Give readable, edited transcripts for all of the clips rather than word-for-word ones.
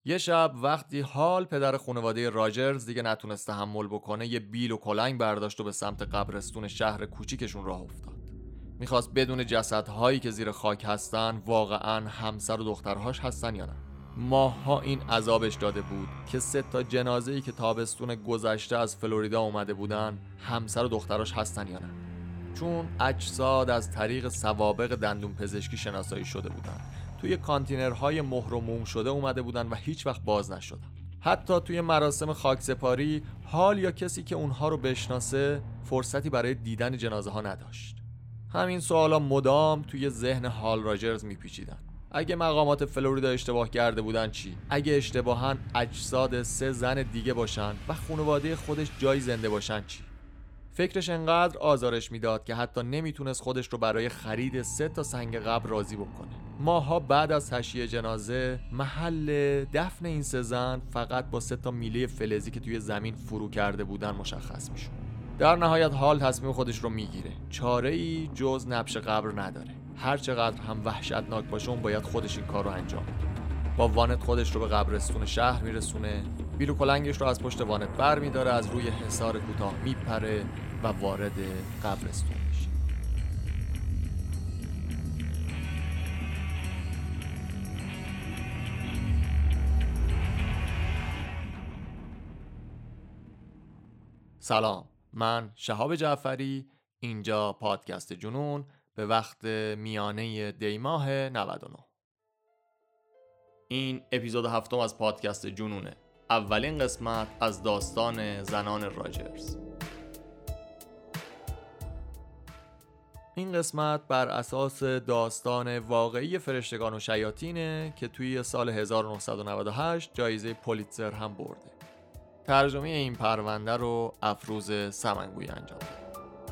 یه شب وقتی هال پدر خانواده راجرز دیگه نتونست تحمل بکنه، یه بیل و کلنگ برداشت و به سمت قبرستون شهر کوچیکشون راه افتاد. میخواست بدون جسدهایی که زیر خاک هستن واقعاً همسر و دخترهاش هستن یا نه. ماه‌ها این عذابش داده بود که 3 جنازه‌ای که تابستون گذشته از فلوریدا اومده بودن همسر و دختراش هستن یا نه. چون اجساد از طریق سوابق دندون پزشکی شناسایی شده بودن، توی کانتینرهای مهر و موم شده اومده بودن و هیچ وقت باز نشدن. حتی توی مراسم خاکسپاری هال یا کسی که اونها رو بشناسه فرصتی برای دیدن جنازه ها نداشت. همین سوالا مدام توی ذهن هال راجرز میپیچیدن. اگه مقامات فلوریدا اشتباه کرده بودن چی؟ اگه اشتباهاً اجساد 3 زن دیگه باشن و خانواده خودش جای زنده باشن چی؟ فکرش انقدر آزارش میداد که حتی نمیتونست خودش رو برای خرید 3 سنگ قبر راضی بکنه. ماها بعد از تشییع جنازه محل دفن این 3 زن فقط با 3 میله فلزی که توی زمین فرو کرده بودن مشخص میشد. در نهایت هال تصمیم خودش رو میگیره. چاره‌ای جز نبش قبر نداره. هر چقدر هم وحشتناک باشه اون باید خودش این کار رو انجام بده. با وانت خودش رو به قبرستون شهر میرسونه، بیل و کلنگش رو از پشت وانت بر میداره، از روی حصار کوتاه میپره و وارد قبرستون میشه. سلام، من شهاب جعفری، اینجا پادکست جنون به وقت میانه دیماه 99. این اپیزود 7 از پادکست جنونه، اولین قسمت از داستان زنان راجرز. این قسمت بر اساس داستان واقعی فرشتگان و شیاطینه که توی سال 1998 جایزه پولیتزر هم برده. ترجمه این پرونده رو افروز سمنگویی انجام داد.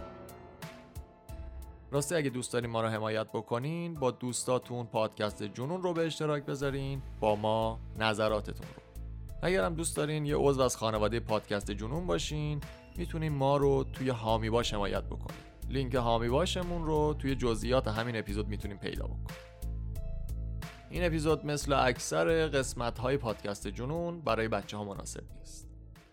راستی اگه دوست دارین ما رو حمایت بکنین، با دوستاتون پادکست جنون رو به اشتراک بذارین، با ما نظراتتون رو. اگر هم دوست دارین یه عضو از خانواده پادکست جنون باشین، میتونین ما رو توی هامی باش حمایت بکنین. لینک هامی باشمون رو توی جزئیات همین اپیزود میتونین پیدا بکنین. این اپیزود مثل اکثر قسمت‌های پادکست جنون برای بچه‌ها مناسب نیست.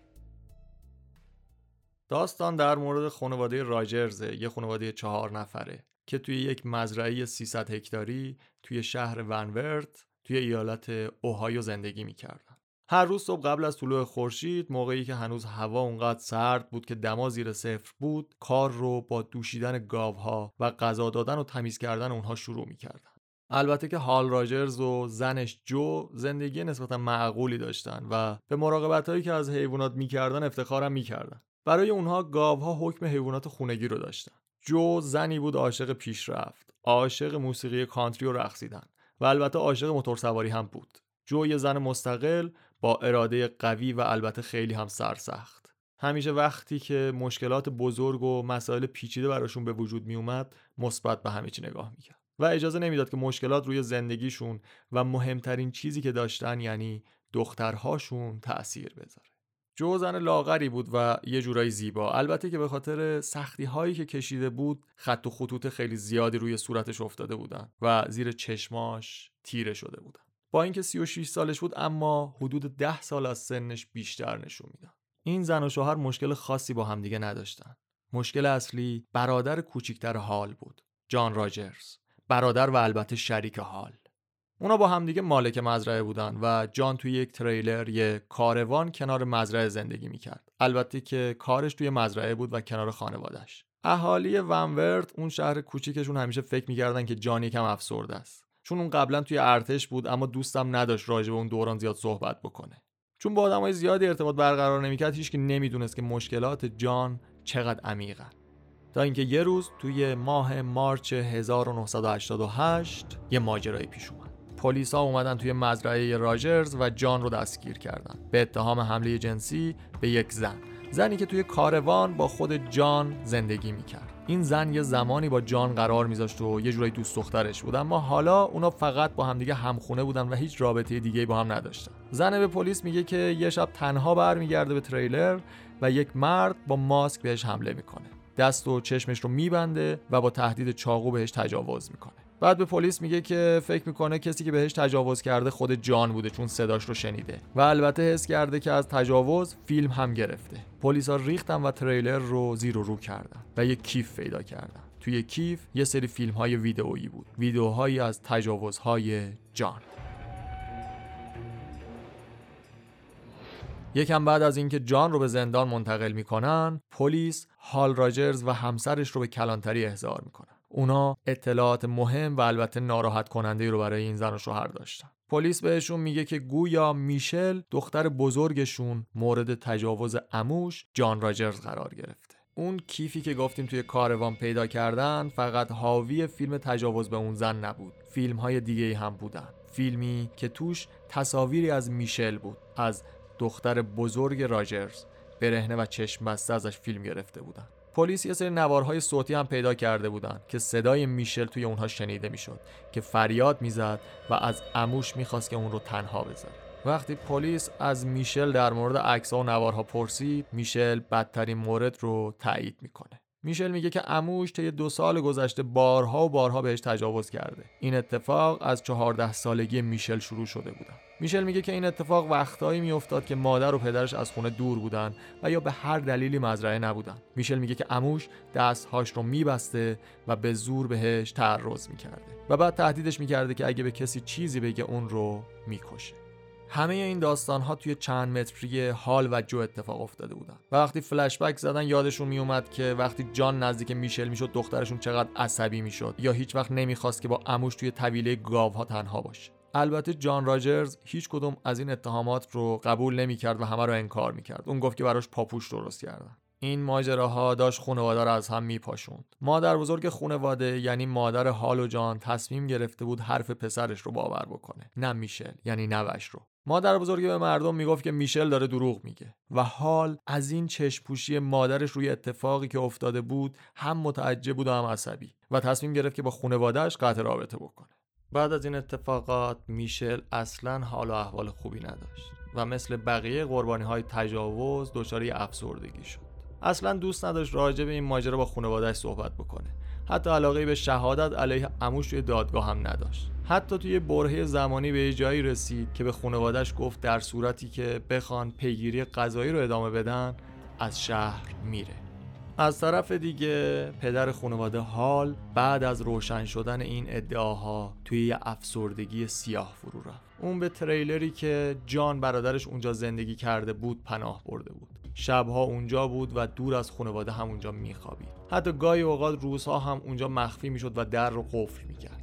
داستان در مورد خانواده راجرزه، یه خانواده 4 نفره که توی یک مزرعه 300 هکتاری توی شهر ونورت توی ایالت اوهایو زندگی می‌کردن. هر روز صبح قبل از طلوع خورشید، موقعی که هنوز هوا اونقدر سرد بود که دما زیر صفر بود، کار رو با دوشیدن گاوها و غذا دادن و تمیز کردن اونها شروع می‌کردن. البته که هال راجرز و زنش جو زندگی نسبتا معقولی داشتن و به مراقبتایی که از حیوانات می‌کردن افتخارم می‌کردن. برای اونها گاوها حکم حیوانات خونگی رو داشتن. جو زنی بود عاشق پیشرفت، عاشق موسیقی کانتری و رقصیدن و البته عاشق موتورسواری هم بود. جو یه زن مستقل با اراده قوی و البته خیلی هم سرسخت. همیشه وقتی که مشکلات بزرگ و مسائل پیچیده براشون به وجود می اومد، مثبت به همه چی نگاه میکرد و اجازه نمیداد که مشکلات روی زندگیشون و مهمترین چیزی که داشتن یعنی دخترهاشون تأثیر بذاره. جو زن لاغری بود و یه جورایی زیبا، البته که به خاطر سختی هایی که کشیده بود خط و خطوط خیلی زیادی روی صورتش افتاده بودن و زیر چشماش تیره شده بودن. با اینکه 36 سالش بود اما حدود 10 سال از سنش بیشتر نشون میداد. این زن و شوهر مشکل خاصی با همدیگه نداشتن. مشکل اصلی برادر کوچیکتر هال بود، جان راجرز، برادر و البته شریک هال. اونا با همدیگه مالک مزرعه بودن و جان توی یک تریلر، یک کاروان کنار مزرعه زندگی میکرد. البته که کارش توی مزرعه بود و کنار خانواده‌اش. اهالی ونورت، اون شهر کوچیکشون، همیشه فکر میکردن که جان یکم افسرده است. چون اون قبلا توی ارتش بود اما دوستم نداشت راجع به اون دوران زیاد صحبت بکنه. چون با آدمای زیادی ارتباط برقرار نمیکرد، هیچکی نمیدونست که مشکلات جان چقدر عمیقه. تا اینکه یه روز توی ماه مارچ 1988 یه ماجرایی پیش اومد. پلیسا اومدن توی مزرعه راجرز و جان رو دستگیر کردن به اتهام حمله جنسی به یک زنی که توی کاروان با خود جان زندگی میکرد. این زن یه زمانی با جان قرار میذاشت و یه جورایی دوست دخترش بود، اما حالا اونا فقط با همدیگه همخونه بودن و هیچ رابطه دیگه‌ای با هم نداشتن. زن به پلیس میگه که یه شب تنها برمیگرده به تریلر و یک مرد با ماسک بهش حمله میکنه. دست و چشمش رو میبنده و با تهدید چاقو بهش تجاوز میکنه. بعد به پلیس میگه که فکر میکنه کسی که بهش تجاوز کرده خود جان بوده چون صداش رو شنیده و البته حس کرده که از تجاوز فیلم هم گرفته. پلیسا ریختن و تریلر رو زیر و رو کردن و یک کیف پیدا کردن. توی کیف یه سری فیلم‌های ویدئویی بود، ویدئوهایی از تجاوزهای جان. یکم بعد از اینکه جان رو به زندان منتقل میکنن، پلیس هال راجرز و همسرش رو به کلانتری احضار میکنن. اونا اطلاعات مهم و البته ناراحت کننده رو برای این زن و شوهر داشتن. پلیس بهشون میگه که گویا میشل دختر بزرگشون مورد تجاوز عموش جان راجرز قرار گرفته. اون کیفی که گفتیم توی کاروان پیدا کردن فقط حاوی فیلم تجاوز به اون زن نبود، فیلم‌های دیگه‌ای هم بودن. فیلمی که توش تصاویری از میشل بود، از دختر بزرگ راجرز، برهنه و چشم بسته ازش فیلم گرفته بودن. پلیس یه سری نوارهای صوتی هم پیدا کرده بودن که صدای میشل توی اونها شنیده میشد که فریاد میزد و از عموش میخواست که اون رو تنها بذاره. وقتی پلیس از میشل در مورد عکس‌ها و نوارها پرسید، میشل بدترین مورد رو تایید میکنه. میشل میگه که عموش طی 2 سال گذشته بارها و بارها بهش تجاوز کرده. این اتفاق از 14 سالگی میشل شروع شده بوده. میشل میگه که این اتفاق وقتایی میافتاد که مادر و پدرش از خونه دور بودن و یا به هر دلیلی مزرعه نبودن. میشل میگه که عموش دستهاش رو میبسته و به زور بهش تعرض میکرده و بعد تهدیدش میکرده که اگه به کسی چیزی بگه اون رو میکشه. همه این داستان‌ها توی چند متری هال و جو اتفاق افتاده بودن و وقتی فلش بک زدن یادشون میومد که وقتی جان نزدیک میشل میشد دخترشون چقدر عصبی میشد یا هیچ وقت نمیخواست که با عموش توی طویله گاوها تنها باشه. البته جان راجرز هیچ کدوم از این اتهامات رو قبول نمی‌کرد و همه رو انکار می‌کرد. اون گفت که براش پاپوش درست کردن. این ماجراها داشت خانواده رو از هم میپاشوند. مادر بزرگ خانواده یعنی مادر هال و جان تصمیم گرفته بود حرف پسرش رو باور بکنه، نه میشل یعنی نوش رو. مادر بزرگ به مردم میگفت که میشل داره دروغ میگه و هال از این چشم‌پوشی مادرش روی اتفاقی که افتاده بود هم متعجب بود و هم عصبی و تصمیم گرفت که با خانواده‌اش قطع رابطه بکنه. بعد از این اتفاقات میشل اصلاً حال و احوال خوبی نداشت و مثل بقیه قربانی‌های تجاوز دچار افسردگی شد. اصلاً دوست نداشت راجع به این ماجرا با خانواده‌اش صحبت بکنه. حتی علاقه به شهادت علیه عموش توی دادگاه هم نداشت. حتی توی برهه زمانی به جایی رسید که به خانواده‌اش گفت در صورتی که بخوان پیگیری قضایی رو ادامه بدن از شهر میره. از طرف دیگه پدر خانواده هال بعد از روشن شدن این ادعاها توی یه افسردگی سیاه فرو رفت. اون به تریلری که جان برادرش اونجا زندگی کرده بود پناه برده بود. شبها اونجا بود و دور از خانواده هم اونجا میخوابید. حتی گاهی اوقات روزها هم اونجا مخفی میشد و در رو قفل میکرد.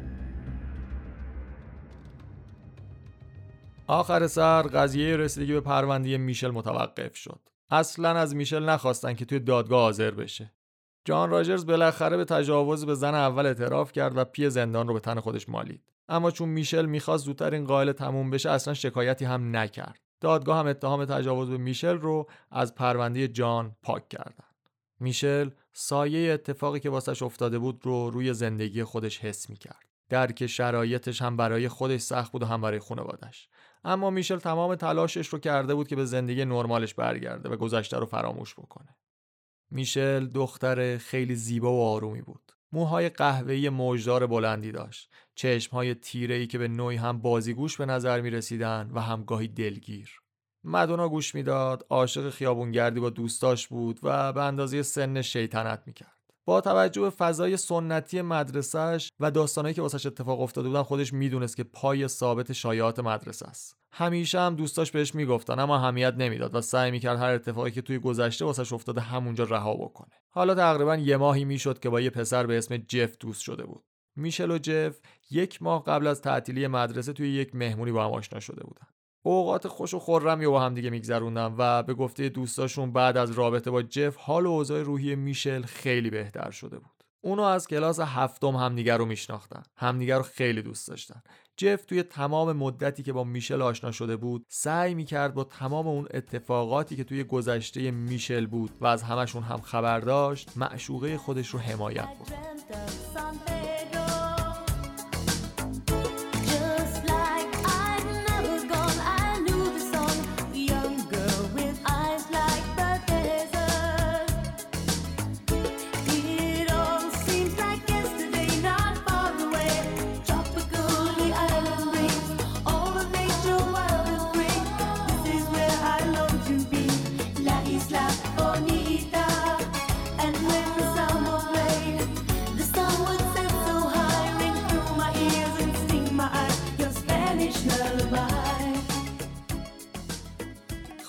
آخر سر قضیه رسیدگی به پرونده میشل متوقف شد. اصلاً از میشل نخواستن که توی دادگاه حاضر بشه. جان راجرز بالاخره به تجاوز به زن اول اعتراف کرد و پی زندان رو به تن خودش مالید. اما چون میشل میخواست زودتر این قائل تموم بشه اصلاً شکایتی هم نکرد. دادگاه هم اتهام تجاوز به میشل رو از پرونده جان پاک کردن. میشل سایه اتفاقی که واسش افتاده بود رو روی زندگی خودش حس میکرد. درک شرایطش هم برای خودش سخت بود و هم برای خانواده‌اش. اما میشل تمام تلاشش رو کرده بود که به زندگی نرمالش برگرده و گذشته رو فراموش بکنه. میشل دختر خیلی زیبا و آرومی بود. موهای قهوه‌ای موجدار بلندی داشت. چشم‌های تیره‌ای که به نوعی هم بازیگوش به نظر می‌رسیدن و هم گاهی دلگیر. مدونا گوش میداد، عاشق خیابونگردی با دوستاش بود و به اندازه سن شیطنت میکرد. با توجه به فضای سنتی مدرسه‌اش و داستانایی که واسش اتفاق افتاده بودن خودش میدونست که پای ثابت شایعات مدرسه است. همیشه هم دوستاش بهش میگفتن اما اهمیت نمیداد و سعی میکرد هر اتفاقی که توی گذشته واسش افتاده همونجا رها بکنه. حالا تقریبا 1 ماهی میشد که با یه پسر به اسم جف دوست شده بود. میشل و جف 1 ماه قبل از تعطیلی مدرسه توی یک مهمونی با هم آشنا شده بودن. اوقات خوش و خرمی با هم دیگه میگذروندن و به گفته دوستاشون بعد از رابطه با جف حال و اوضاع روحی میشل خیلی بهتر شده بود. اونو از کلاس 7 همدیگه رو میشناختن. همدیگه رو خیلی دوست داشتن. جف توی تمام مدتی که با میشل آشنا شده بود سعی میکرد با تمام اون اتفاقاتی که توی گذشته میشل بود و از همشون هم خبر داشت معشوقه خودش رو حمایت بکنه.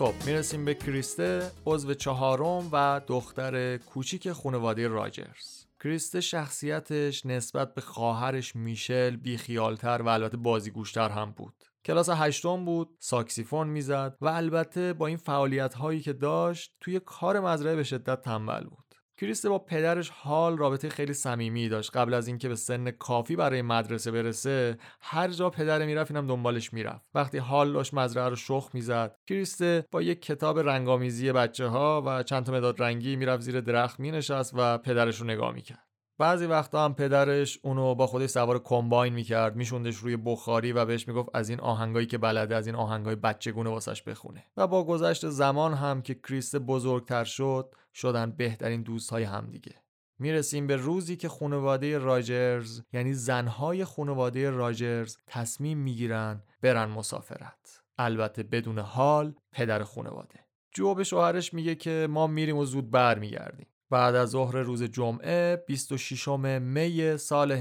خب میرسیم به کریسته، عضو چهارم و دختر کوچیک خانواده راجرز. کریسته شخصیتش نسبت به خواهرش میشل بیخیالتر و البته بازیگوشتر هم بود. کلاس 8 بود، ساکسیفون میزد و البته با این فعالیت‌هایی که داشت توی کار مزرعه به شدت تنبل بود. کریسته با پدرش حال رابطه خیلی صمیمی داشت. قبل از اینکه به سن کافی برای مدرسه برسه، هر جا پدر میرفت اینم دنبالش میرفت. وقتی حال داشت مزرعه رو شخم میزد، کریسته با یک کتاب رنگامیزی بچه‌ها و چند تا مداد رنگی میرفت زیر درخت مینشست و پدرش رو نگاه میکرد. بعضی وقتا هم پدرش اونو با خودش سوار کمباین میکرد، میشوندش روی بخاری و بهش میگفت از این آهنگایی که بلده، از این آهنگای بچگونه واسش بخونه. و با گذشت زمان هم که کریسته بزرگتر شدن بهترین دوستای همدیگه. میرسیم به روزی که خانواده راجرز، یعنی زنهای خانواده راجرز، تصمیم میگیرن برن مسافرت. البته بدون حال پدر خانواده. جو به شوهرش میگه که ما میریم و زود برمیگردیم. بعد از ظهر روز جمعه 26 می سال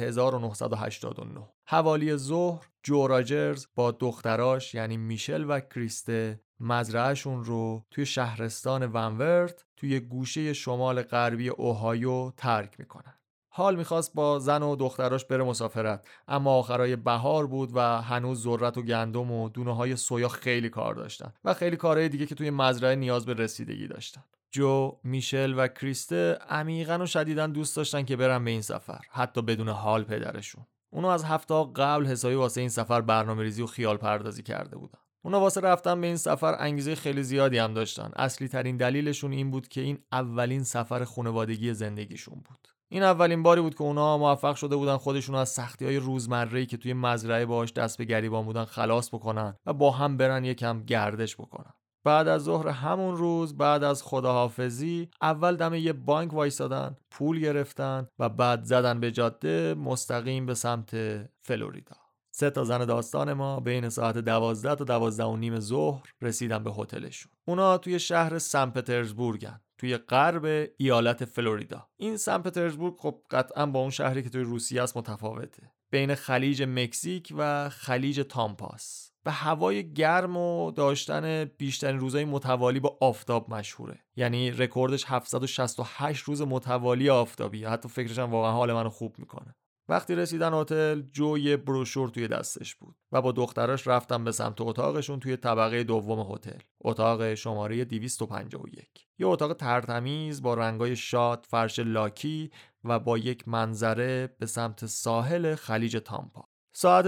1989 حوالی ظهر، جو راجرز با دختراش یعنی میشل و کریسته مزرعهشون رو توی شهرستان ونورت توی گوشه شمال غربی اوهایو ترک میکنن. حال میخواست با زن و دختراش بره مسافرت، اما آخرای بهار بود و هنوز ذرت و گندم و دونه های سویا خیلی کار داشتن و خیلی کارهای دیگه که توی مزرعه نیاز به رسیدگی داشتن. جو، میشل و کریسته عمیقاً و شدیداً دوست داشتن که برن به این سفر، حتی بدون حال پدرشون. اونا از هفته قبل حسابی واسه این سفر برنامه‌ریزی و خیال پردازی کرده بودن. اونا واسه رفتن به این سفر انگیزه خیلی زیادی هم داشتن. اصلی ترین دلیلشون این بود که این اولین سفر خانوادگی زندگیشون بود. این اولین باری بود که اونا موفق شده بودن خودشون از سختی‌های روزمره‌ای که توی مزرعه باهاش دست به گریبان بودن خلاص بکنن و با هم برن یکم گردش بکنن. بعد از ظهر همون روز، بعد از خداحافظی، اول دم یه بانک وایسادن، پول گرفتن و بعد زدن به جاده مستقیم به سمت فلوریدا. 3 زن داستان ما بین ساعت 12 تا 12:30 ظهر رسیدن به هتلشون. اونا توی شهر سن پترزبورگن، توی غرب ایالت فلوریدا. این سن پترزبورگ خب قطعاً با اون شهری که توی روسیه است متفاوته. بین خلیج مکزیک و خلیج تامپاس. و هوای گرم و داشتن بیشترین روزهای متوالی با آفتاب مشهوره. یعنی رکوردش 768 روز متوالی آفتابی. حتی فکرش هم واقعا حال منو خوب میکنه. وقتی رسیدن هتل، جو یه بروشور توی دستش بود و با دختراش رفتن به سمت اتاقشون توی طبقه دوم هتل. اتاق شماره 251. یه اتاق ترتمیز با رنگای شاد، فرش لاکی و با یک منظره به سمت ساحل خلیج تامپا. ساعت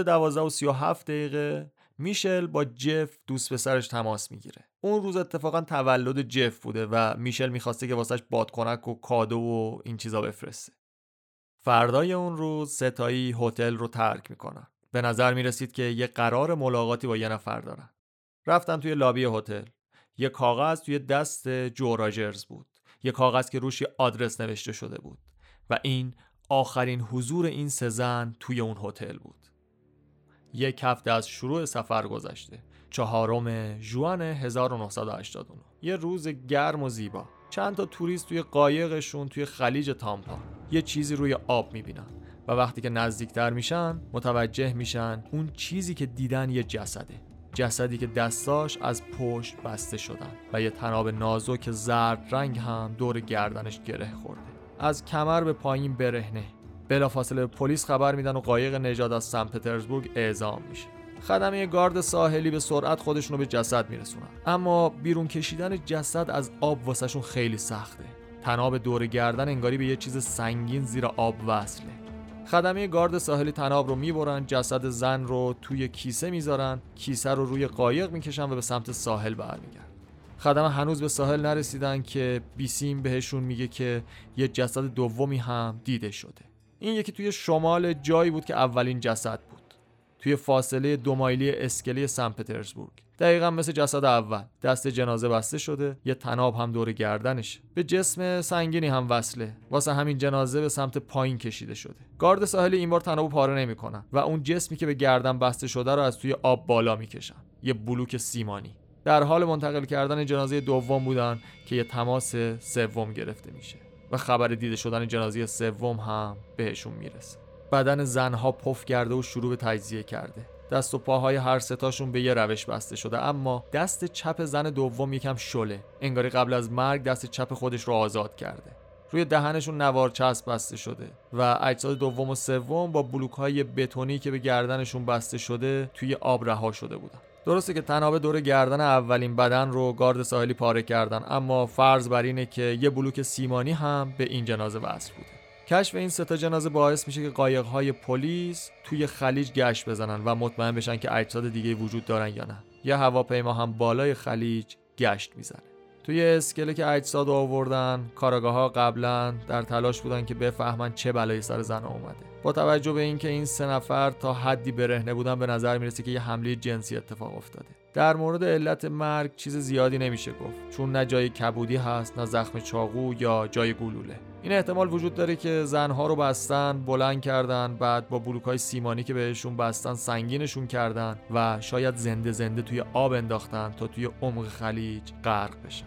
12:37 میشل با جف دوست پسرش تماس میگیره. اون روز اتفاقا تولد جف بوده و میشل میخواسته که واسش بادکنک و کادو و این چیزا بفرسته. فردای اون روز ستایی هتل رو ترک میکنن. به نظر میرسید که یه قرار ملاقاتی با یه نفر دارن. رفتن توی لابی هتل. یه کاغذ توی دست جو راجرز بود. یه کاغذ که روش یه آدرس نوشته شده بود و این آخرین حضور این 3 زن توی اون هتل بود. 1 هفته از شروع سفر گذشته. 4 ژوئن 1989. یه روز گرم و زیبا. چند تا توریست توی قایقشون توی خلیج تامپا یه چیزی روی آب میبینن و وقتی که نزدیکتر میشن متوجه میشن اون چیزی که دیدن یه جسده. جسدی که دستاش از پشت بسته شدن و یه تناب نازک زرد رنگ هم دور گردنش گره خورده. از کمر به پایین برهنه. بلافاصله پلیس خبر میدن و قایق نجات از سن پترزبورگ اعزام میشه. خدمه گارد ساحلی به سرعت خودشونو به جسد میرسونن، اما بیرون کشیدن جسد از آب واسهشون خیلی سخته. تناب دور گردن انگاری به یه چیز سنگین زیر آب وصله. خدمه گارد ساحلی تناب رو میبرن، جسد زن رو توی کیسه میذارن، کیسه رو روی قایق میکشن و به سمت ساحل برمیگردن. خدمه هنوز به ساحل نرسیدن که بیسیم بهشون میگه که یه جسد دومی هم دیده شده. این یکی توی شمال جایی بود که اولین جسد بود، توی فاصله 2 مایلی اسکله سن پترزبورگ. دقیقاً مثل جسد اول، دست جنازه بسته شده، یه تناب هم دور گردنشه، به جسم سنگینی هم وصله. واسه همین جنازه به سمت پایین کشیده شده. گارد ساحلی این بار تنابو پاره نمی‌کنن و اون جسمی که به گردن بسته شده رو از توی آب بالا میکشن. یه بلوک سیمانی. در حال منتقل کردن جنازه دوم بودن که یه تماس سوم گرفته میشه و خبر دیده شدن جنازه سوم هم بهشون میرسه. بدن زنها پف کرده و شروع به تجزیه کرده. دست و پاهای هر ستاشون به یه روش بسته شده، اما دست چپ زن دوم یکم شله، انگاری قبل از مرگ دست چپ خودش رو آزاد کرده. روی دهنشون نوار چسب بسته شده و اجساد دوم و سوم با بلوک‌های بتونی که به گردنشون بسته شده توی آب رها شده بودن. درسته که تنابه دور گردن اولین بدن رو گارد ساحلی پاره کردن، اما فرض بر اینه که یه بلوک سیمانی هم به این جنازه وصل بوده. کشف این 3 جنازه باعث میشه که قایق‌های پلیس توی خلیج گشت بزنن و مطمئن بشن که اجساد دیگه وجود دارن یا نه. یه هواپیما هم بالای خلیج گشت میزنه. توی اسکله که اجساد آوردن، کاراگاه‌ها قبلا در تلاش بودن که بفهمن چه بلایی سر زن اومده. با توجه به اینکه این 3 نفر تا حدی برهنه بودن، به نظر میرسه که یه حمله جنسی اتفاق افتاده. در مورد علت مرگ چیز زیادی نمیشه گفت، چون نه جای کبودی هست، نه زخم چاقو یا جای گلوله. این احتمال وجود داره که زنها رو بستن، بلند کردن، بعد با بلوک‌های سیمانی که بهشون بستن سنگینشون کردن و شاید زنده زنده توی آب انداختن تا توی عمق خلیج غرق بشن.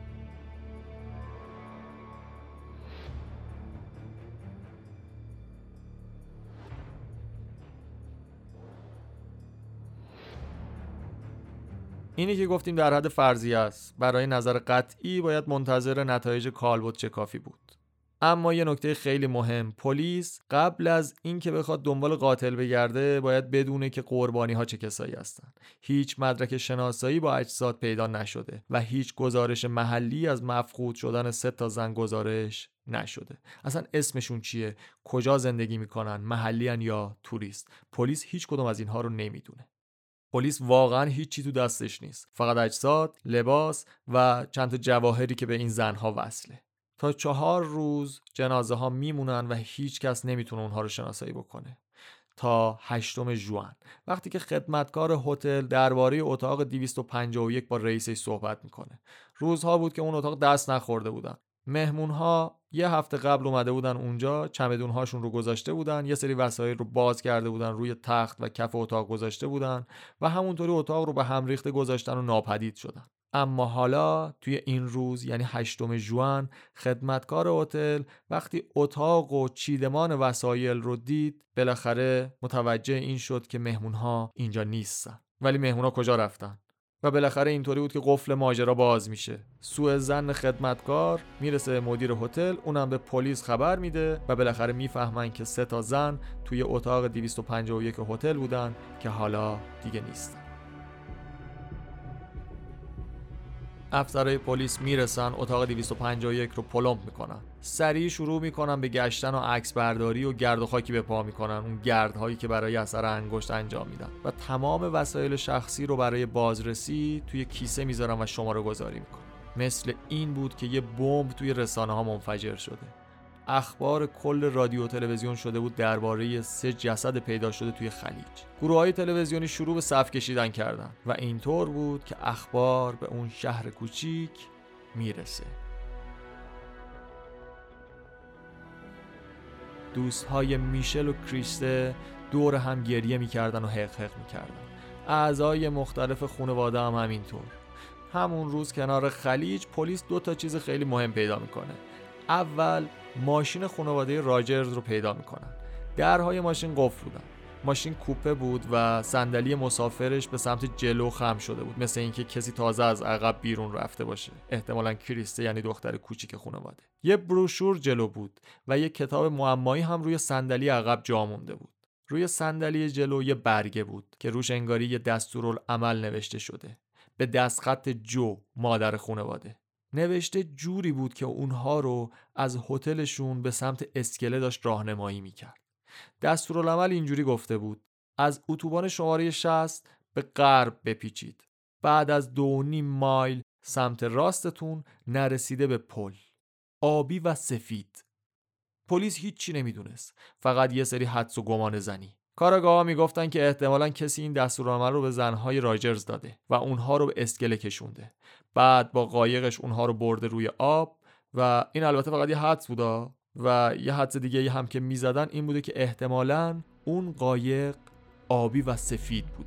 اینی که گفتیم در حد فرضیه است. برای نظر قطعی باید منتظر نتایج کالبد چکافی بود. اما یه نکته خیلی مهم، پلیس قبل از اینکه بخواد دنبال قاتل بگرده باید بدونه که قربانی ها چه کسایی هستن. هیچ مدرک شناسایی با اجساد پیدا نشده و هیچ گزارش محلی از مفقود شدن 3 زن گزارش نشده. اصلا اسمشون چیه؟ کجا زندگی میکنن؟ محلیان یا توریست؟ پلیس هیچ کدوم از اینها رو نمیدونه. پلیس واقعا هیچی تو دستش نیست، فقط اجساد، لباس و چند تا جواهری که به این زنها وصله. تا 4 روز جنازه ها میمونن و هیچ کس نمیتونه اونها رو شناسایی بکنه. تا 8 ژوئن وقتی که خدمتکار هتل درباره اتاق 251 با رئیسش صحبت میکنه. روزها بود که اون اتاق دست نخورده بودن. مهمونها یه هفته قبل اومده بودن اونجا، چمدون‌هاشون رو گذاشته بودن، یه سری وسایل رو باز کرده بودن، روی تخت و کف اتاق گذاشته بودن و همونطوری اتاق رو به هم ریخته گذاشتن و ناپدید شدن. اما حالا توی این روز یعنی 8 ژوئن خدمتکار هتل وقتی اتاق و چیدمان وسایل رو دید، بالاخره متوجه این شد که مهمونها اینجا نیستن. ولی مهمونها کجا رفتن؟ و بالاخره اینطوری بود که قفل ماجرا باز میشه. سوء ظن خدمتکار میرسه مدیر هتل، اونم به پلیس خبر میده و بالاخره میفهمن که 3 زن توی اتاق 251 هتل بودن که حالا دیگه نیستن. افسرهای پلیس میرسن، اتاق 251 رو پلمپ میکنن. سریع شروع میکنن به گشتن و عکس برداری و گرد و خاکی به پا میکنن، اون گردهایی که برای اثر انگشت انجام میدن، و تمام وسایل شخصی رو برای بازرسی توی کیسه میذارن و شماره گذاری میکنن. مثل این بود که یه بمب توی رسانه ها منفجر شده. اخبار کل رادیو و تلویزیون شده بود درباره 3 جسد پیدا شده توی خلیج. گروه‌های تلویزیونی شروع به صف کشیدن کردن و اینطور بود که اخبار به اون شهر کوچیک میرسه. دوستهای میشل و کریسته دور هم گریه میکردن و حق حق میکردن. اعضای مختلف خانواده هم همینطور. همون روز کنار خلیج پلیس 2 چیز خیلی مهم پیدا میکنه. اول ماشین خانواده راجرز رو پیدا میکنن. درهای ماشین قفل بودن. ماشین کوپه بود و صندلی مسافرش به سمت جلو خم شده بود، مثل اینکه کسی تازه از عقب بیرون رفته باشه. احتمالاً کریسته، یعنی دختر کوچیک خانواده. یه بروشور جلو بود و یه کتاب معمایی هم روی صندلی عقب جا مونده بود. روی صندلی جلو یه برگه بود که روش انگاری یه دستورالعمل نوشته شده به دستخط جو، مادر خانواده. نوشته جوری بود که اونها رو از هتلشون به سمت اسکله داشت راهنمایی میکرد. دستورالعمل اینجوری گفته بود: از اتوبان شماره 60 به غرب بپیچید. بعد از 2.5 مایل سمت راستتون نرسیده به پل. آبی و سفید. پلیس هیچی نمیدونست، فقط یه سری حدس و گمان زنی. کاراگاه‌ها میگفتن که احتمالاً کسی این دستورالعمل رو به زنهای راجرز داده و اونها رو به اسکله کشونده. بعد با قایقش اونها رو برده روی آب و این البته فقط یه حدس بودا. و یه حدس دیگه هم که میزدن این بوده که احتمالاً اون قایق آبی و سفید بوده.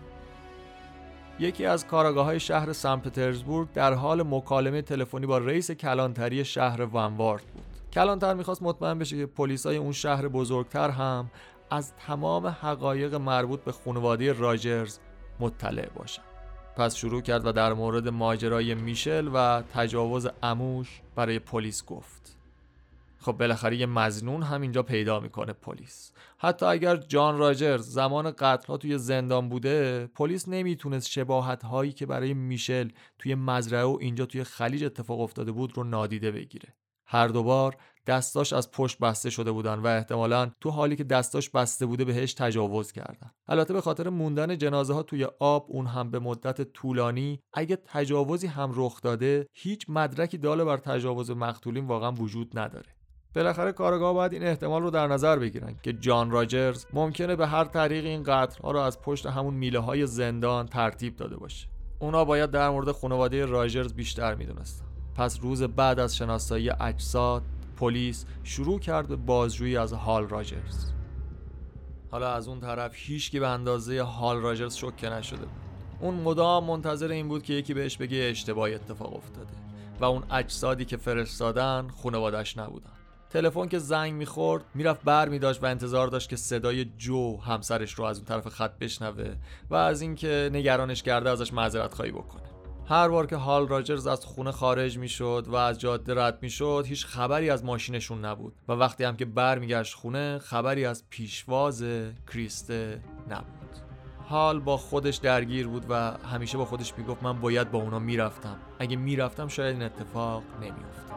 یکی از کاراگاه‌های شهر سن پترزبورگ در حال مکالمه تلفنی با رئیس کلانتری شهر ونوارد بود. کلانتر میخواست مطمئن بشه که پلیسای اون شهر بزرگتر هم از تمام حقایق مربوط به خانواده راجرز مطلع باشن. پس شروع کرد و در مورد ماجرای میشل و تجاوز عموش برای پلیس گفت. خب بالاخره یه مظنون هم اینجا پیدا میکنه پلیس. حتی اگر جان راجرز زمان قتل ها توی زندان بوده، پلیس نمیتونست شباهت هایی که برای میشل توی مزرعه و اینجا توی خلیج اتفاق افتاده بود رو نادیده بگیره. هر دوبار دستاش از پشت بسته شده بودن و احتمالاً تو حالی که دستاش بسته بوده بهش تجاوز کردن. البته به خاطر موندن جنازه ها توی آب، اون هم به مدت طولانی، اگه تجاوزی هم رخ داده، هیچ مدرکی دال بر تجاوز مقتولین واقعا وجود نداره. بالاخره کارگاه باید این احتمال رو در نظر بگیرن که جان راجرز ممکنه به هر طریق این قتل ها رو از پشت همون میله های زندان ترتیب داده باشه. اونا باید در مورد خانواده راجرز بیشتر میدونستن. پس روز بعد از شناسایی اجساد، پلیس شروع کرد به بازجویی از هال راجرز. حالا از اون طرف هیچکی به اندازه هال راجرز شوکه نشده بود. اون مدام منتظر این بود که یکی بهش بگه اشتباهی اتفاق افتاده و اون اجسادی که فرستادن خانواده‌اش نبودن. تلفن که زنگ میخورد میرفت بر میداشت و انتظار داشت که صدای جو همسرش رو از اون طرف خط بشنوه و از اینکه نگرانش کرده ازش معذرت خواهی بکنه. هر بار که هال راجرز از خونه خارج میشد و از جاده رد میشد، هیچ خبری از ماشینشون نبود و وقتی هم که برمیگشت خونه، خبری از پیشواز کریسته نبود. هال با خودش درگیر بود و همیشه با خودش میگفت من باید با اونا میرفتم. اگه میرفتم شاید این اتفاق نمیافتاد.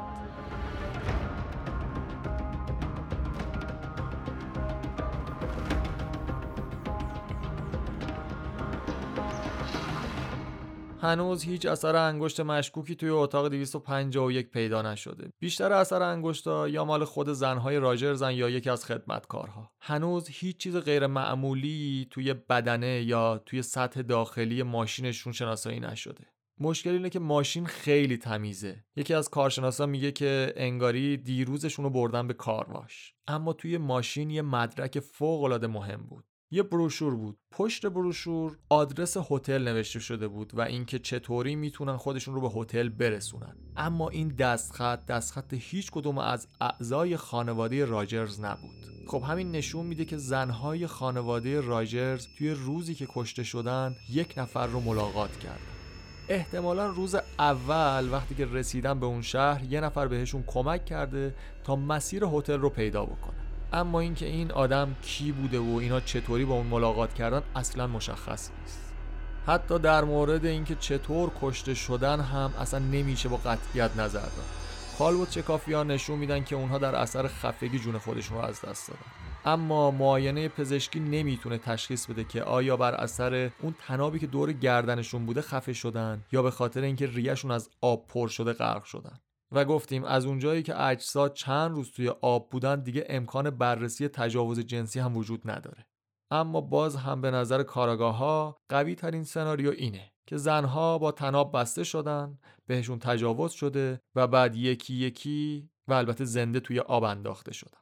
هنوز هیچ اثر انگشت مشکوکی توی اتاق 251 پیدا نشده. بیشتر اثر انگشتا یا مال خود زنهای راجرزن یا یکی از خدمتکارها. هنوز هیچ چیز غیر معمولی توی بدنه یا توی سطح داخلی ماشینشون شناسایی نشده. مشکل اینه که ماشین خیلی تمیزه. یکی از کارشناسا میگه که انگاری دیروزشون رو بردن به کارواش. اما توی ماشین یه مدرک فوق‌العاده مهم بود. یه بروشور بود. پشت بروشور آدرس هتل نوشته شده بود و اینکه چطوری میتونن خودشون رو به هتل برسونن. اما این دستخط هیچ کدوم از اعضای خانواده راجرز نبود. خب همین نشون میده که زنهای خانواده راجرز توی روزی که کشته شدن یک نفر رو ملاقات کردن. احتمالا روز اول وقتی که رسیدن به اون شهر یه نفر بهشون کمک کرده تا مسیر هتل رو پیدا بکنن. اما اینکه این آدم کی بوده و اینا چطوری با اون ملاقات کردن اصلا مشخص نیست. حتی در مورد اینکه چطور کشته شدن هم اصلا نمیشه با قطعیت نظر داد. کالبوت چکافی‌ها نشون میدن که اونها در اثر خفگی جون خودشون رو از دست دادن. اما معاینه پزشکی نمیتونه تشخیص بده که آیا بر اثر اون تنابی که دور گردنشون بوده خفه شدن یا به خاطر اینکه ریه‌شون از آب پر شده غرق شدن. و گفتیم از اونجایی که اجساد چند روز توی آب بودن دیگه امکان بررسی تجاوز جنسی هم وجود نداره. اما باز هم به نظر کاراگاه‌ها قوی ترین سناریو اینه که زنها با تناب بسته شدن، بهشون تجاوز شده و بعد یکی یکی و البته زنده توی آب انداخته شدن.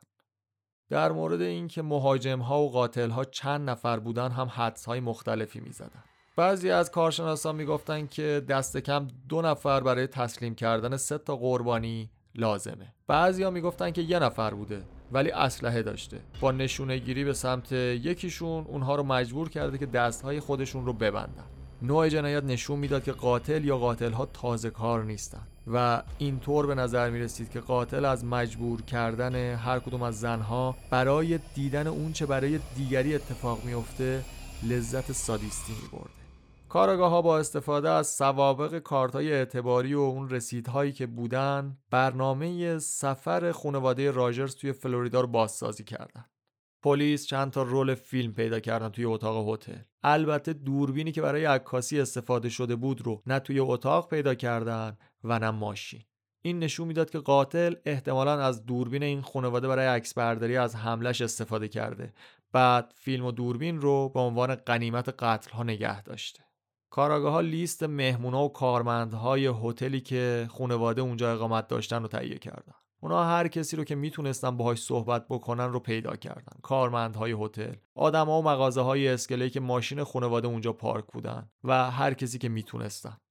در مورد اینکه مهاجم‌ها و قاتل‌ها چند نفر بودن هم حدس‌های مختلفی می‌زدن. بعضی از کارشناسان میگفتن که دست کم 2 نفر برای تسلیم کردن 3 تا قربانی لازمه. بعضیا میگفتن که 1 نفر بوده ولی اسلحه داشته. با نشونه‌گیری به سمت یکیشون اونها رو مجبور کرده که دستهای خودشون رو ببندن. نوع جنایت نشون میداد که قاتل یا قاتل‌ها تازه کار نیستن و اینطور به نظر میرسید که قاتل از مجبور کردن هر کدوم از زنها برای دیدن اون چه برای دیگری اتفاق میفته لذت سادیستی میبرده. کارآگاه‌ها با استفاده از سوابق کارت‌های اعتباری و اون رسیدهایی که بودن برنامه سفر خانواده راجرز توی فلوریدا رو بازسازی کردن. پلیس چند تا رول فیلم پیدا کردن توی اتاق هتل. البته دوربینی که برای عکاسی استفاده شده بود رو نه توی اتاق پیدا کردن و نه ماشین. این نشون میداد که قاتل احتمالاً از دوربین این خانواده برای عکس برداری از حملش استفاده کرده. بعد فیلم و دوربین رو به عنوان غنیمت قتل ها نگه داشته. کاراگاه‌ها لیست مهمونا و کارمندهای هتلی که خانواده اونجا اقامت داشتن رو تهیه کردن. اونا هر کسی رو که میتونستن باهاش صحبت بکنن رو پیدا کردن. کارمندهای هتل، آدم‌ها و مغازه‌های اسکله که ماشین خانواده اونجا پارک بودن و هر کسی که میتونستن.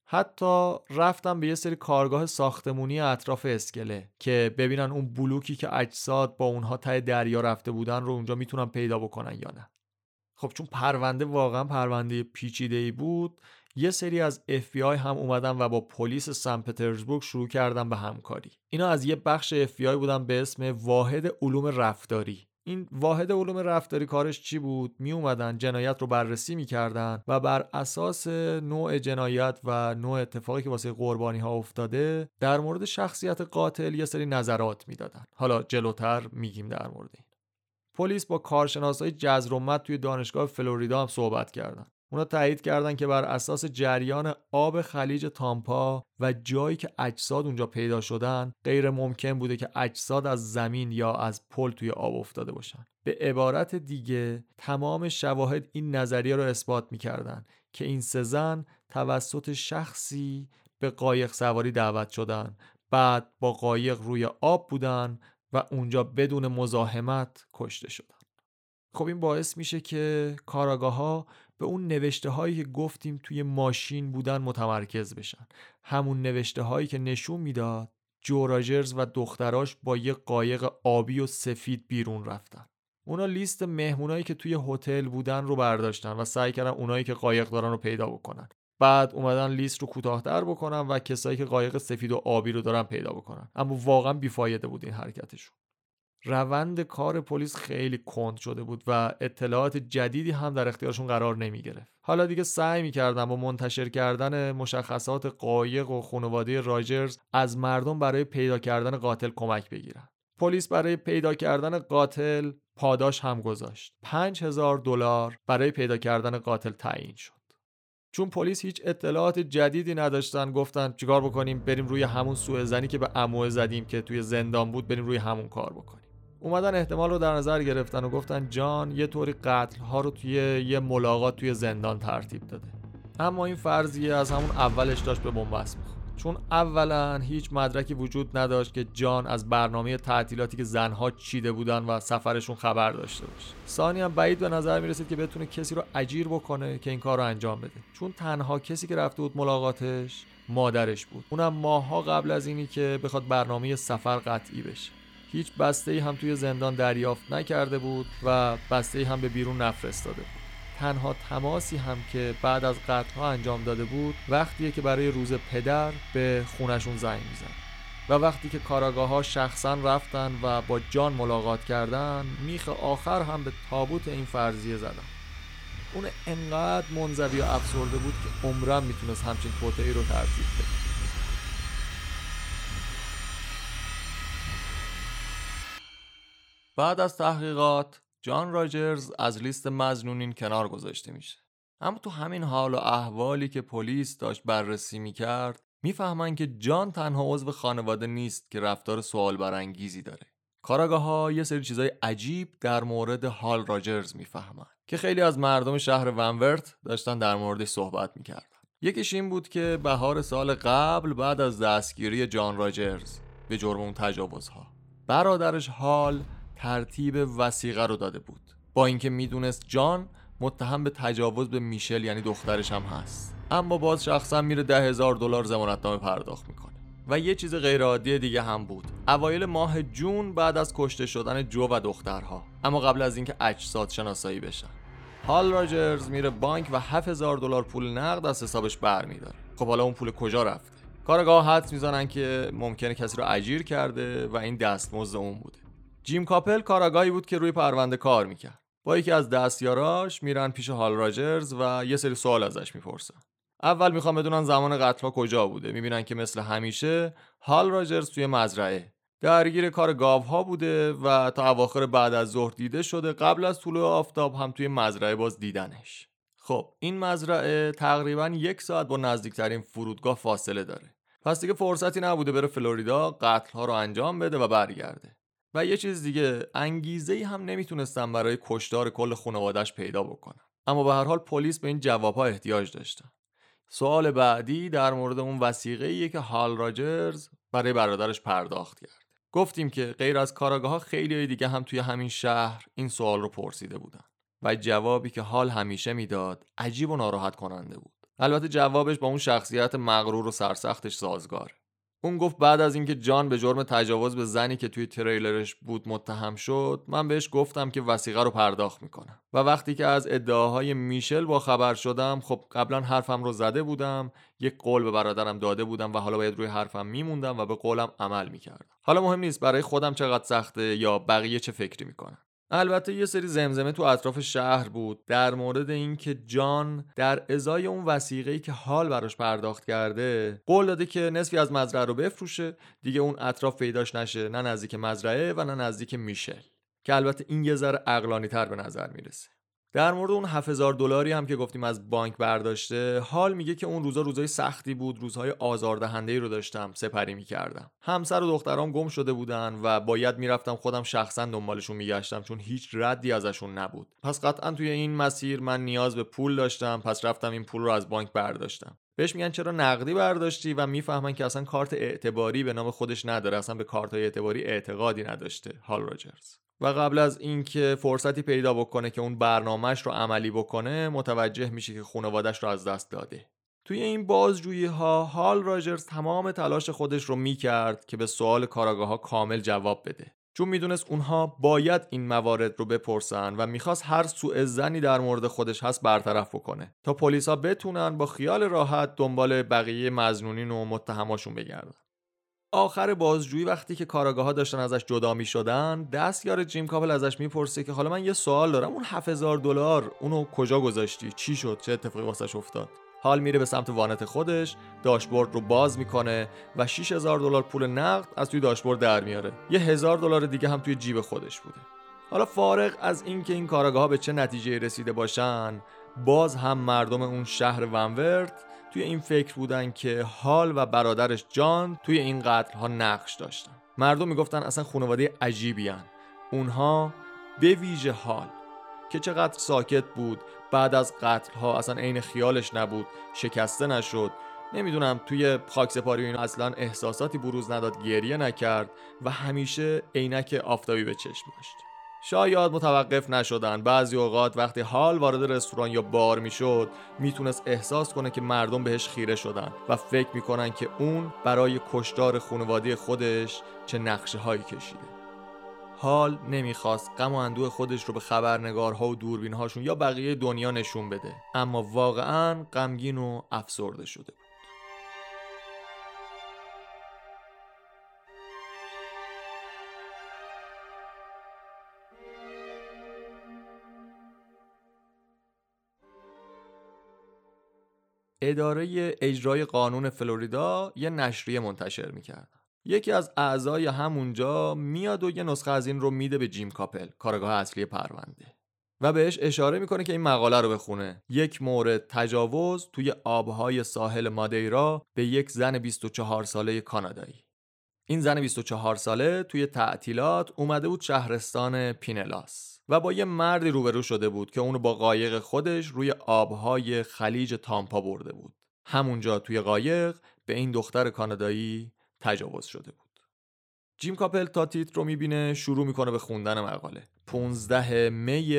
حتی رفتن به یه سری کارگاه ساختمونی اطراف اسکله که ببینن اون بلوکی که اجساد با اونها ته دریا رفته بودن رو اونجا میتونن پیدا بکنن یا نه. خب چون پرونده واقعا پرونده پیچیده‌ای بود، یه سری از FBI هم اومدن و با پلیس سن پترزبورگ شروع کردن به همکاری. اینا از یه بخش FBI بودن به اسم واحد علوم رفتاری. این واحد علوم رفتاری کارش چی بود؟ می اومدن جنایت رو بررسی میکردن و بر اساس نوع جنایت و نوع اتفاقی که واسه قربانی ها افتاده در مورد شخصیت قاتل یه سری نظرات میدادن. حالا جلوتر میگیم در مورد این. پلیس با کارشناسای جذر و مد توی دانشگاه فلوریدا هم صحبت کردن. اونا تایید کردن که بر اساس جریان آب خلیج تامپا و جایی که اجساد اونجا پیدا شدن غیر ممکن بوده که اجساد از زمین یا از پل توی آب افتاده باشن. به عبارت دیگه تمام شواهد این نظریه رو اثبات می‌کردن که این سه زن توسط شخصی به قایق سواری دعوت شدن، بعد با قایق روی آب بودن و اونجا بدون مزاحمت کشته شدن. خب این باعث میشه که کاراگاه‌ها به اون نوشته هایی که گفتیم توی ماشین بودن متمرکز بشن. همون نوشته هایی که نشون میداد جو راجرز و دختراش با یه قایق آبی و سفید بیرون رفتن. اونا لیست مهمونایی که توی هتل بودن رو برداشتن و سعی کردن اونایی که قایق دارن رو پیدا بکنن. بعد اومدن لیست رو کوتاه‌تر بکنن و کسایی که قایق سفید و آبی رو دارن پیدا بکنن. اما واقعا بیفایده بود این حرکتشون. روند کار پلیس خیلی کند شده بود و اطلاعات جدیدی هم در اختیارشون قرار نمی گرفت. حالا دیگه سعی می‌کردن با منتشر کردن مشخصات قایق و خانواده راجرز از مردم برای پیدا کردن قاتل کمک بگیرن. پلیس برای پیدا کردن قاتل پاداش هم گذاشت. $5,000 برای پیدا کردن قاتل تعیین شد. چون پلیس هیچ اطلاعات جدیدی نداشتن گفتن چیکار بکنیم؟ بریم روی همون سوءظنی که به عمو زدیم که توی زندان بود، بریم روی همون کار بکنیم. اومدن احتمال رو در نظر گرفتن و گفتن جان یه طوری قتل ها رو توی یه ملاقات توی زندان ترتیب داده. اما این فرضیه از همون اولش داشت به بنبست می‌خورد. چون اولا هیچ مدرکی وجود نداشت که جان از برنامه تعطیلاتی که زنها چیده بودن و سفرشون خبر داشته باشه. ثانیاً بعید به نظر میرسید که بتونه کسی رو اجیر بکنه که این کار رو انجام بده. چون تنها کسی که رفته بود ملاقاتش مادرش بود. اونم ماه‌ها قبل از اینی که بخواد برنامه سفر قطعی بشه. هیچ بسته‌ای هم توی زندان دریافت نکرده بود و بسته‌ای هم به بیرون نفرستاده بود. تنها تماسی هم که بعد از قتل‌ها انجام داده بود وقتیه که برای روز پدر به خونشون زنگ میزد و وقتی که کاراگاه‌ها شخصا رفتن و با جان ملاقات کردن میخ آخر هم به تابوت این فرضیه زدن. اون انقدر منزوی و افسرده بود که عمرم میتونست همچین توطئه‌ای رو ترتیب بده. بعد از تحقیقات جان راجرز از لیست مظنونین کنار گذاشته میشه. اما تو همین حال و احوالی که پلیس داشت بررسی میکرد میفهمن که جان تنها عضو خانواده نیست که رفتار سوال برانگیزی داره. کاراگاه‌ها یه سری چیزای عجیب در مورد هال راجرز میفهمن که خیلی از مردم شهر ونورت داشتن در موردش صحبت میکردن. یکیش این بود که بهار سال قبل بعد از دستگیری جان راجرز به جرم اون تجاوزها برادرش هال ترتیب وثیقه رو داده بود، با اینکه میدونست جان متهم به تجاوز به میشل یعنی دخترش هم هست، اما باز شخصا میره $10,000 ضمانتنامه پرداخت میکنه. و یه چیز غیر عادی دیگه هم بود. اوایل ماه جون بعد از کشته شدن جو و دخترها، اما قبل از اینکه اجساد شناسایی بشن، هال راجرز میره بانک و $7,000 پول نقد از حسابش برمیداره. خب حالا اون پول کجا رفته؟ کارگاه حدس میزنن که ممکنه کسی رو اجیر کرده و این دستمزد اون بوده. جیم کاپل کاراگاهی بود که روی پرونده کار میکرد. با یکی از دستیاراش میرن پیش هال راجرز و یه سری سوال ازش میپرسن. اول میخوام بدونن زمان قتل‌ها کجا بوده. میبینن که مثل همیشه هال راجرز توی مزرعه درگیر کار گاوها بوده و تا اواخر بعد از ظهر دیده شده. قبل از طلوع آفتاب هم توی مزرعه باز دیدنش. خب این مزرعه تقریباً 1 ساعت با نزدیکترین فرودگاه فاصله داره. پس دیگه فرصتی نبوده بره فلوریدا قتل‌ها رو انجام بده و برگرده. و یه چیز دیگه، انگیزه‌ای هم نمیتونستن برای کشتار کل خانواده‌اش پیدا بکنن. اما به هر حال پلیس به این جواب‌ها احتیاج داشتن. سوال بعدی در مورد اون وثیقه‌ایه که هال راجرز برای برادرش پرداخت کرد. گفتیم که غیر از کاراگاه‌ها خیلی دیگه هم توی همین شهر این سوال رو پرسیده بودن و جوابی که هال همیشه میداد عجیب و ناراحت کننده بود. البته جوابش با اون شخصیت مغرور و سرسختش سازگاره. اون گفت بعد از اینکه جان به جرم تجاوز به زنی که توی تریلرش بود متهم شد، من بهش گفتم که وثیقه رو پرداخت میکنم. و وقتی که از ادعاهای میشل با خبر شدم، خب قبلا حرفم رو زده بودم، یک قول به برادرم داده بودم و حالا باید روی حرفم میموندم و به قولم عمل میکردم. حالا مهم نیست برای خودم چقدر سخته یا بقیه چه فکری میکنن. البته یه سری زمزمه تو اطراف شهر بود در مورد اینکه جان در ازای اون وثیقه‌ای که حال براش پرداخت کرده قول داده که نصفی از مزرعه رو بفروشه، دیگه اون اطراف پیداش نشه، نه نزدیک مزرعه و نه نزدیک میشل، که البته این یه ذره عقلانی‌تر به نظر میرسه. در مورد اون $7000 هم که گفتیم از بانک برداشته، حال میگه که اون روزا روزای سختی بود، روزهای آزاردهنده‌ای رو داشتم سپری میکردم. همسر و دخترام گم شده بودن و باید میرفتم خودم شخصا دنبالشون میگشتم چون هیچ ردی ازشون نبود. پس قطعا توی این مسیر من نیاز به پول داشتم، پس رفتم این پول رو از بانک برداشتم. بهش میگن چرا نقدی برداشتی و میفهمن که اصلا کارت اعتباری به نام خودش نداره، اصلا به کارت‌های اعتباری اعتقادی نداشته هال راجرز. و قبل از اینکه فرصتی پیدا بکنه که اون برنامهش رو عملی بکنه، متوجه میشه که خانواده‌اش رو از دست داده. توی این بازجویی ها هال راجرز تمام تلاش خودش رو میکرد که به سوال کاراگاه‌ها کامل جواب بده، چون میدونست اونها باید این موارد رو بپرسن و میخواست هر سوء ظنی در مورد خودش هست برطرف بکنه تا پلیسا بتونن با خیال راحت دنبال بقیه مظنونین و متهماشون بگردن. آخر بازجویی وقتی که کاراگاه‌ها داشتن ازش جدا می‌شدن، دستیار جیم کاپل ازش میپرسه که حالا من یه سوال دارم، اون $7000 اونو کجا گذاشتی؟ چی شد؟ چه اتفاقی واسش افتاد؟ حال میره به سمت وانت خودش، داشبورد رو باز میکنه و $6000 پول نقد از توی داشبورد در میاره. یه $1000 دیگه هم توی جیب خودش بوده. حالا فارغ از اینکه این کاراگاه‌ها به چه نتیجه رسیده باشن، باز هم مردم اون شهر ونورت توی این فکر بودن که هال و برادرش جان توی این قتل ها نقش داشتن. مردم میگفتن اصلا خانواده عجیبی هن. اونها به ویژه هال که چقدر ساکت بود بعد از قتل ها، اصلا عین خیالش نبود، شکسته نشد، نمیدونم توی خاکسپاری این اصلا احساساتی بروز نداد، گریه نکرد و همیشه عینک آفتابی به چشم داشت. شاید متوقف نشدن، بعضی اوقات وقتی حال وارد رستوران یا بار میشد میتونست احساس کنه که مردم بهش خیره شدن و فکر میکنن که اون برای کشتار خانواده خودش چه نقشه هایی کشیده. حال نمیخواست غم و اندوه خودش رو به خبرنگارها و دوربینهاشون یا بقیه دنیا نشون بده، اما واقعاً غمگین و افسرده شده بود. اداره اجرای قانون فلوریدا یه نشریه منتشر میکرد. یکی از اعضای همونجا میاد و یه نسخه از این رو میده به جیم کاپل، کارگاه اصلی پرونده، و بهش اشاره میکنه که این مقاله رو بخونه. یک مورد تجاوز توی آبهای ساحل مادیرا به یک زن 24 ساله کانادایی. این زن 24 ساله توی تعطیلات اومده بود شهرستان پینلاس و با یه مردی روبرو شده بود که اونو با قایق خودش روی آبهای خلیج تامپا برده بود. همونجا توی قایق به این دختر کانادایی تجاوز شده بود. جیم کاپل تا تیتر رو میبینه شروع میکنه به خوندن مقاله. 15 می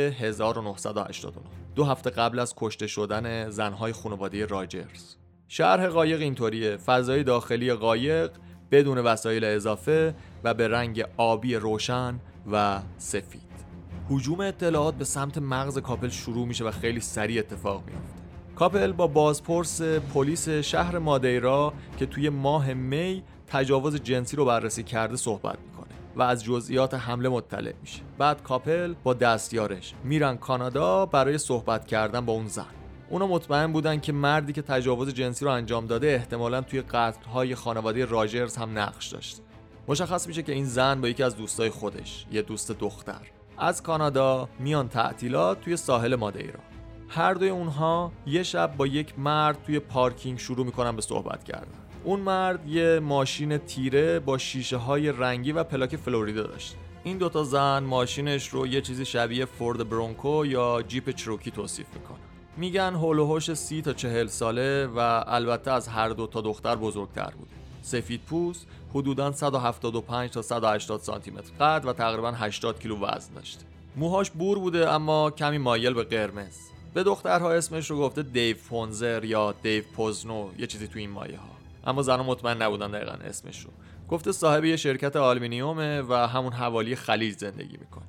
1989، 2 هفته قبل از کشته شدن زنهای خانواده راجرز. شرح قایق اینطوریه: فضای داخلی قایق بدون وسایل اضافه و به رنگ آبی روشن و سفید. هجوم اطلاعات به سمت مغز کاپل شروع میشه و خیلی سریع اتفاق میفته. کاپل با بازپرس پلیس شهر مادیرا که توی ماه می تجاوز جنسی رو بررسی کرده صحبت میکنه و از جزئیات حمله مطلع میشه. بعد کاپل با دستیارش میرن کانادا برای صحبت کردن با اون زن. اونا مطمئن بودن که مردی که تجاوز جنسی رو انجام داده احتمالاً توی قتل‌های خانواده راجرز هم نقش داشته. مشخص میشه که این زن با یکی از دوستای خودش، یه دوست دختر، از کانادا میان تعطیلات توی ساحل مادیرا. هر دوی اونها یه شب با یک مرد توی پارکینگ شروع میکنن به صحبت کردن. اون مرد یه ماشین تیره با شیشه های رنگی و پلاک فلوریدا داشت. این دوتا زن ماشینش رو یه چیزی شبیه فورد برونکو یا جیپ چروکی توصیف میکنن. میگن هول و هوش 30 تا 40 ساله و البته از هر دو تا دختر بزرگتر بوده. سفید پوست، حدوداً 175 تا 180 سانتی متر قد و تقریباً 80 کیلو وزن داشته. موهاش بور بوده اما کمی مایل به قرمز. به دخترها اسمش رو گفته دیو پونزر یا دیو پوزنو، یه چیزی تو این مایه ها، اما زنها مطمئن نبودن دقیقاً اسمش رو. گفته صاحب یه شرکت آلومینیومه و همون حوالی خلیج زندگی میکنه.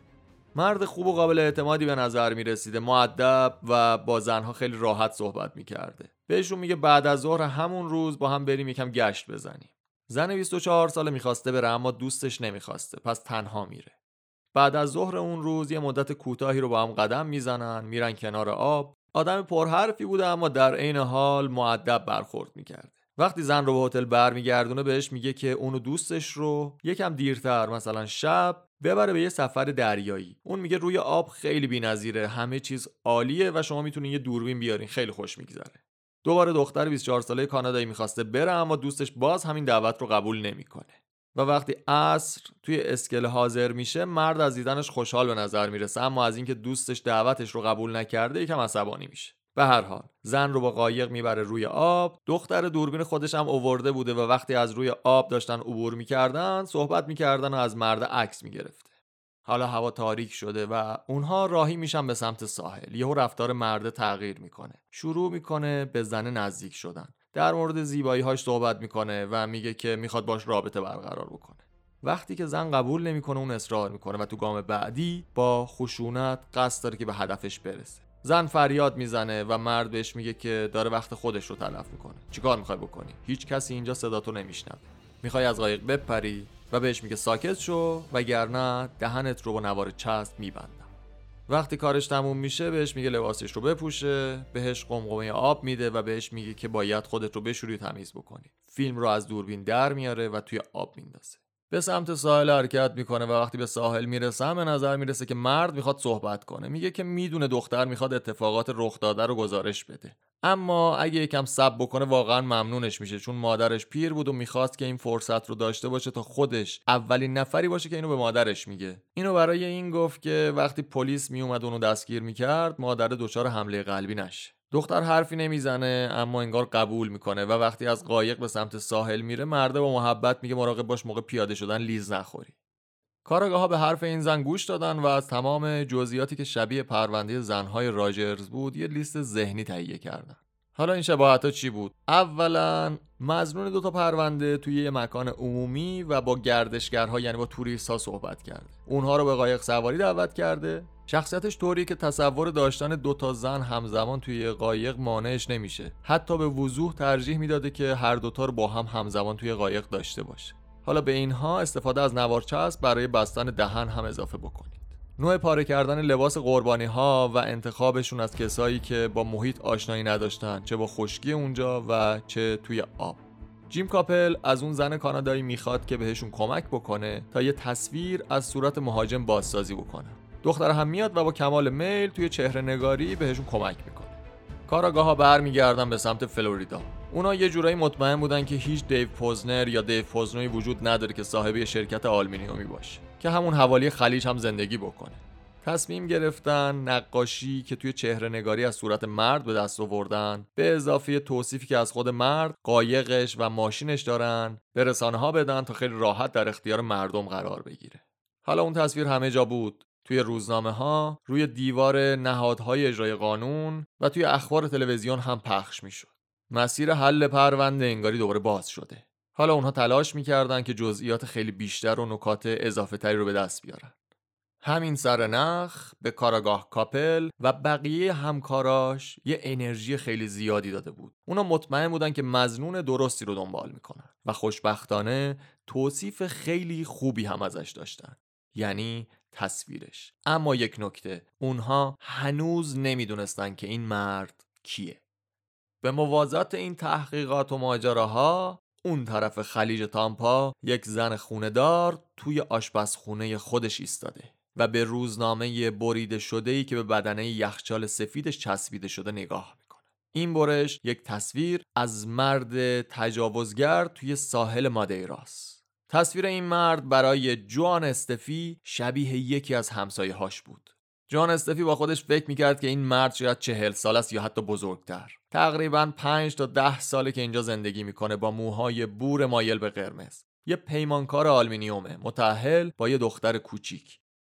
مرد خوب و قابل اعتمادی به نظر میرسیده، مؤدب و با زنها خیلی راحت صحبت میکرده. بهشون میگه بعد از ظهر همون روز با هم بریم یکم گشت بزنیم. زن 24 ساله میخواسته بره اما دوستش نمیخواسته، پس تنها میره. بعد از ظهر اون روز یه مدت کوتاهی رو با هم قدم میزنن، میرن کنار آب. آدم پرحرفی بوده اما در عین حال مؤدب برخورد میکرده. وقتی زن رو به هتل برمیگردونه بهش میگه که اونو دوستش رو یکم دیرتر، مثلا شب، ببره به یه سفر دریایی. اون میگه روی آب خیلی بی‌نظیره، همه چیز عالیه و شما میتونین یه دوربین بیارین، خیلی خوش میگذره. دوباره دختر 24 ساله کانادایی میخواسته بره اما دوستش باز همین دعوت رو قبول نمیکنه. و وقتی عصر توی اسکله حاضر میشه، مرد از دیدنش خوشحال به نظر میرسه اما از اینکه دوستش دعوتش رو قبول نکرده یکم عصبانی میشه. به هر حال زن رو با قایق میبره روی آب. دختر دوربین خودش هم آورده بوده و وقتی از روی آب داشتن عبور میکردن صحبت میکردن و از مرد عکس میگرفته. حالا هوا تاریک شده و اونها راهی میشن به سمت ساحل. یهو رفتار مرد تغییر میکنه، شروع میکنه به زن نزدیک شدن، در مورد زیبایی‌هاش صحبت میکنه و میگه که میخواد باش رابطه برقرار بکنه. وقتی که زن قبول نمیکنه اون اصرار میکنه و تو گام بعدی با خشونت قصد داره که به هدفش برسه. زن فریاد میزنه و مرد بهش میگه که داره وقت خودش رو تلف میکنه. چیکار میخوای بکنی؟ هیچ کسی اینجا صداتو نمیشنوه. میخوای از قایق بپری؟ و بهش میگه ساکت شو وگرنه دهنت رو با نوار چسب میبندم. وقتی کارش تموم میشه بهش میگه لباسش رو بپوشه، بهش قمقمه آب میده و بهش میگه که باید خودت رو بشوری تمیز بکنی. فیلم رو از دوربین در میاره و توی آب میندازه. به سمت ساحل حرکت میکنه و وقتی به ساحل میرسه به نظر میرسه که مرد میخواد صحبت کنه. میگه که میدونه دختر میخواد اتفاقات رخ داده رو گزارش بده، اما اگه یکم صبر بکنه واقعا ممنونش میشه، چون مادرش پیر بود و میخواست که این فرصت رو داشته باشه تا خودش اولین نفری باشه که اینو به مادرش میگه. اینو برای این گفت که وقتی پلیس میومد اونو دستگیر میکرد مادر دچار حمله قلبی نشه. دختر حرفی نمیزنه اما انگار قبول میکنه و وقتی از قایق به سمت ساحل میره مرده با محبت میگه مراقب باش موقع پیاده شدن لیز نخوری. کاراگاه‌ها به حرف این زن گوش دادن و از تمام جزئیاتی که شبیه پرونده زنهای راجرز بود یه لیست ذهنی تهیه کردن. حالا این شباهت‌ها چی بود؟ اولا مظنون 2 تا پرونده توی یه مکان عمومی و با گردشگرها یعنی با توریست‌ها صحبت کرده. اونها رو به قایق سواری دعوت کرده. شخصیتش طوری که تصور داشتن 2 تا زن همزمان توی قایق مانعش نمیشه. حتی به وضوح ترجیح میداده که هر 2 تا رو با هم همزمان توی قایق داشته باشه. حالا به اینها استفاده از نوار چسب برای بستن دهن هم اضافه بکنید. نوع پاره کردن لباس قربانی ها و انتخابشون از کسایی که با محیط آشنایی نداشتن، چه با خشکی اونجا و چه توی آب. جیم کاپل از اون زن کانادایی میخواد که بهشون کمک بکنه تا یه تصویر از صورت مهاجم بازسازی بکنه. دختر هم میاد و با کمال میل توی چهره نگاری بهشون کمک میکنه. کاراگاه‌ها برمیگردن به سمت فلوریدا. اونا یه جورایی مطمئن بودن که هیچ دیو پوزنر یا دیو پوزنوی وجود نداره که صاحب شرکت آلومینیومی باشه که همون حوالی خلیج هم زندگی بکنه. تصمیم گرفتن نقاشی که توی چهره نگاری از صورت مرد به دست آوردن به اضافه توصیفی که از خود مرد، قایقش و ماشینش دارن به رسانه‌ها بدن تا خیلی راحت در اختیار مردم قرار بگیره. حالا اون تصویر همه جا بود، توی روزنامه‌ها، روی دیوار نهادهای اجرای قانون و توی اخبار تلویزیون هم پخش میشد. مسیر حل پرونده انگاری دوباره باز شده. حالا اونها تلاش میکردن که جزئیات خیلی بیشتر و نکات اضافه تری رو به دست بیارن. همین سرنخ به کاراگاه کاپل و بقیه همکاراش یه انرژی خیلی زیادی داده بود. اونا مطمئن بودن که مظنون درستی رو دنبال میکنن و خوشبختانه توصیف خیلی خوبی هم ازش داشتن، یعنی تصویرش. اما یک نکته، اونها هنوز نمیدونستن که این مرد کیه. به موازات این تحقیقات و ماجراها اون طرف خلیج تامپا یک زن خونه‌دار توی آشپزخونه خودش ایستاده و به روزنامه بریده شده‌ای که به بدنه یخچال سفیدش چسبیده شده نگاه میکنه. این برش یک تصویر از مرد تجاوزگر توی ساحل مادیراست. تصویر این مرد برای جوان استفی شبیه یکی از همسایه‌هاش بود. جان استفی با خودش فکر میکرد که این مرد شاید 40 سال است یا حتی بزرگتر. تقریباً 5 تا 10 ساله که اینجا زندگی میکنه، با موهای بور مایل به قرمز. یه پیمانکار آلومینیومه، متأهل با یه دختر کوچیک.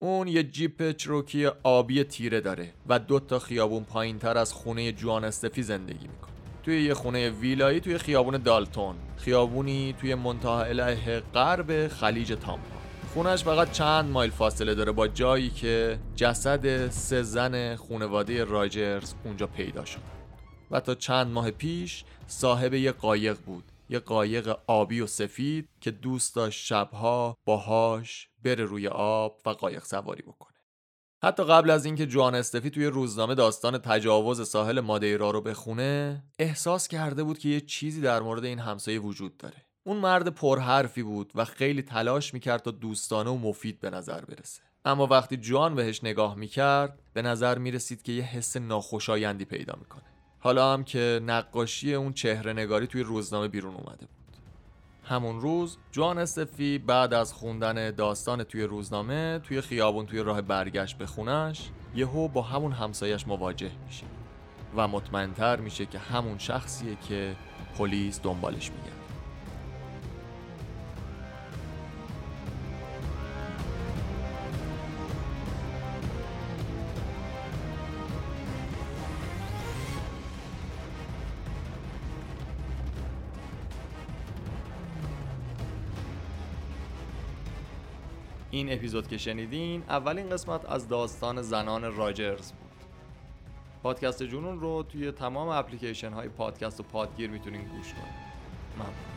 اون یه جیپ چروکی آبی تیره داره و 2 خیابون پایین تر از خونه جوان استفی زندگی میکنه. توی یه خونه ویلایی توی خیابون دالتون، خیابونی توی منتهى الیه غرب خلیج تامپا. خونش فقط چند مایل فاصله داره با جایی که جسد 3 زن خانواده راجرز اونجا پیدا شد و تا چند ماه پیش صاحب یه قایق بود، یه قایق آبی و سفید که دوست داشت شبها باهاش بره روی آب و قایق سواری بکنه. حتی قبل از اینکه جوان استفی توی روزنامه داستان تجاوز ساحل مادیرا رو بخونه، احساس کرده بود که یه چیزی در مورد این همسایه وجود داره. اون مرد پرحرفی بود و خیلی تلاش میکرد تا دوستانه و مفید به نظر برسه. اما وقتی جوان بهش نگاه میکرد، به نظر میرسید که یه حس ناخوشایندی پیدا میکنه. حالا هم که نقاشی اون چهره نگاری توی روزنامه بیرون اومده بود. همون روز جوان استفی بعد از خوندن داستان توی روزنامه توی خیابون توی راه برگشت به خونش یهو با همون همسایش مواجه میشه و مطمئن‌تر میشه که همون شخصیه که پلیس دنبالش میگرده. این اپیزود که شنیدین اولین قسمت از داستان زنان راجرز بود. پادکست جنون رو توی تمام اپلیکیشن های پادکست و پادگیر میتونین گوش کنین. ممنون.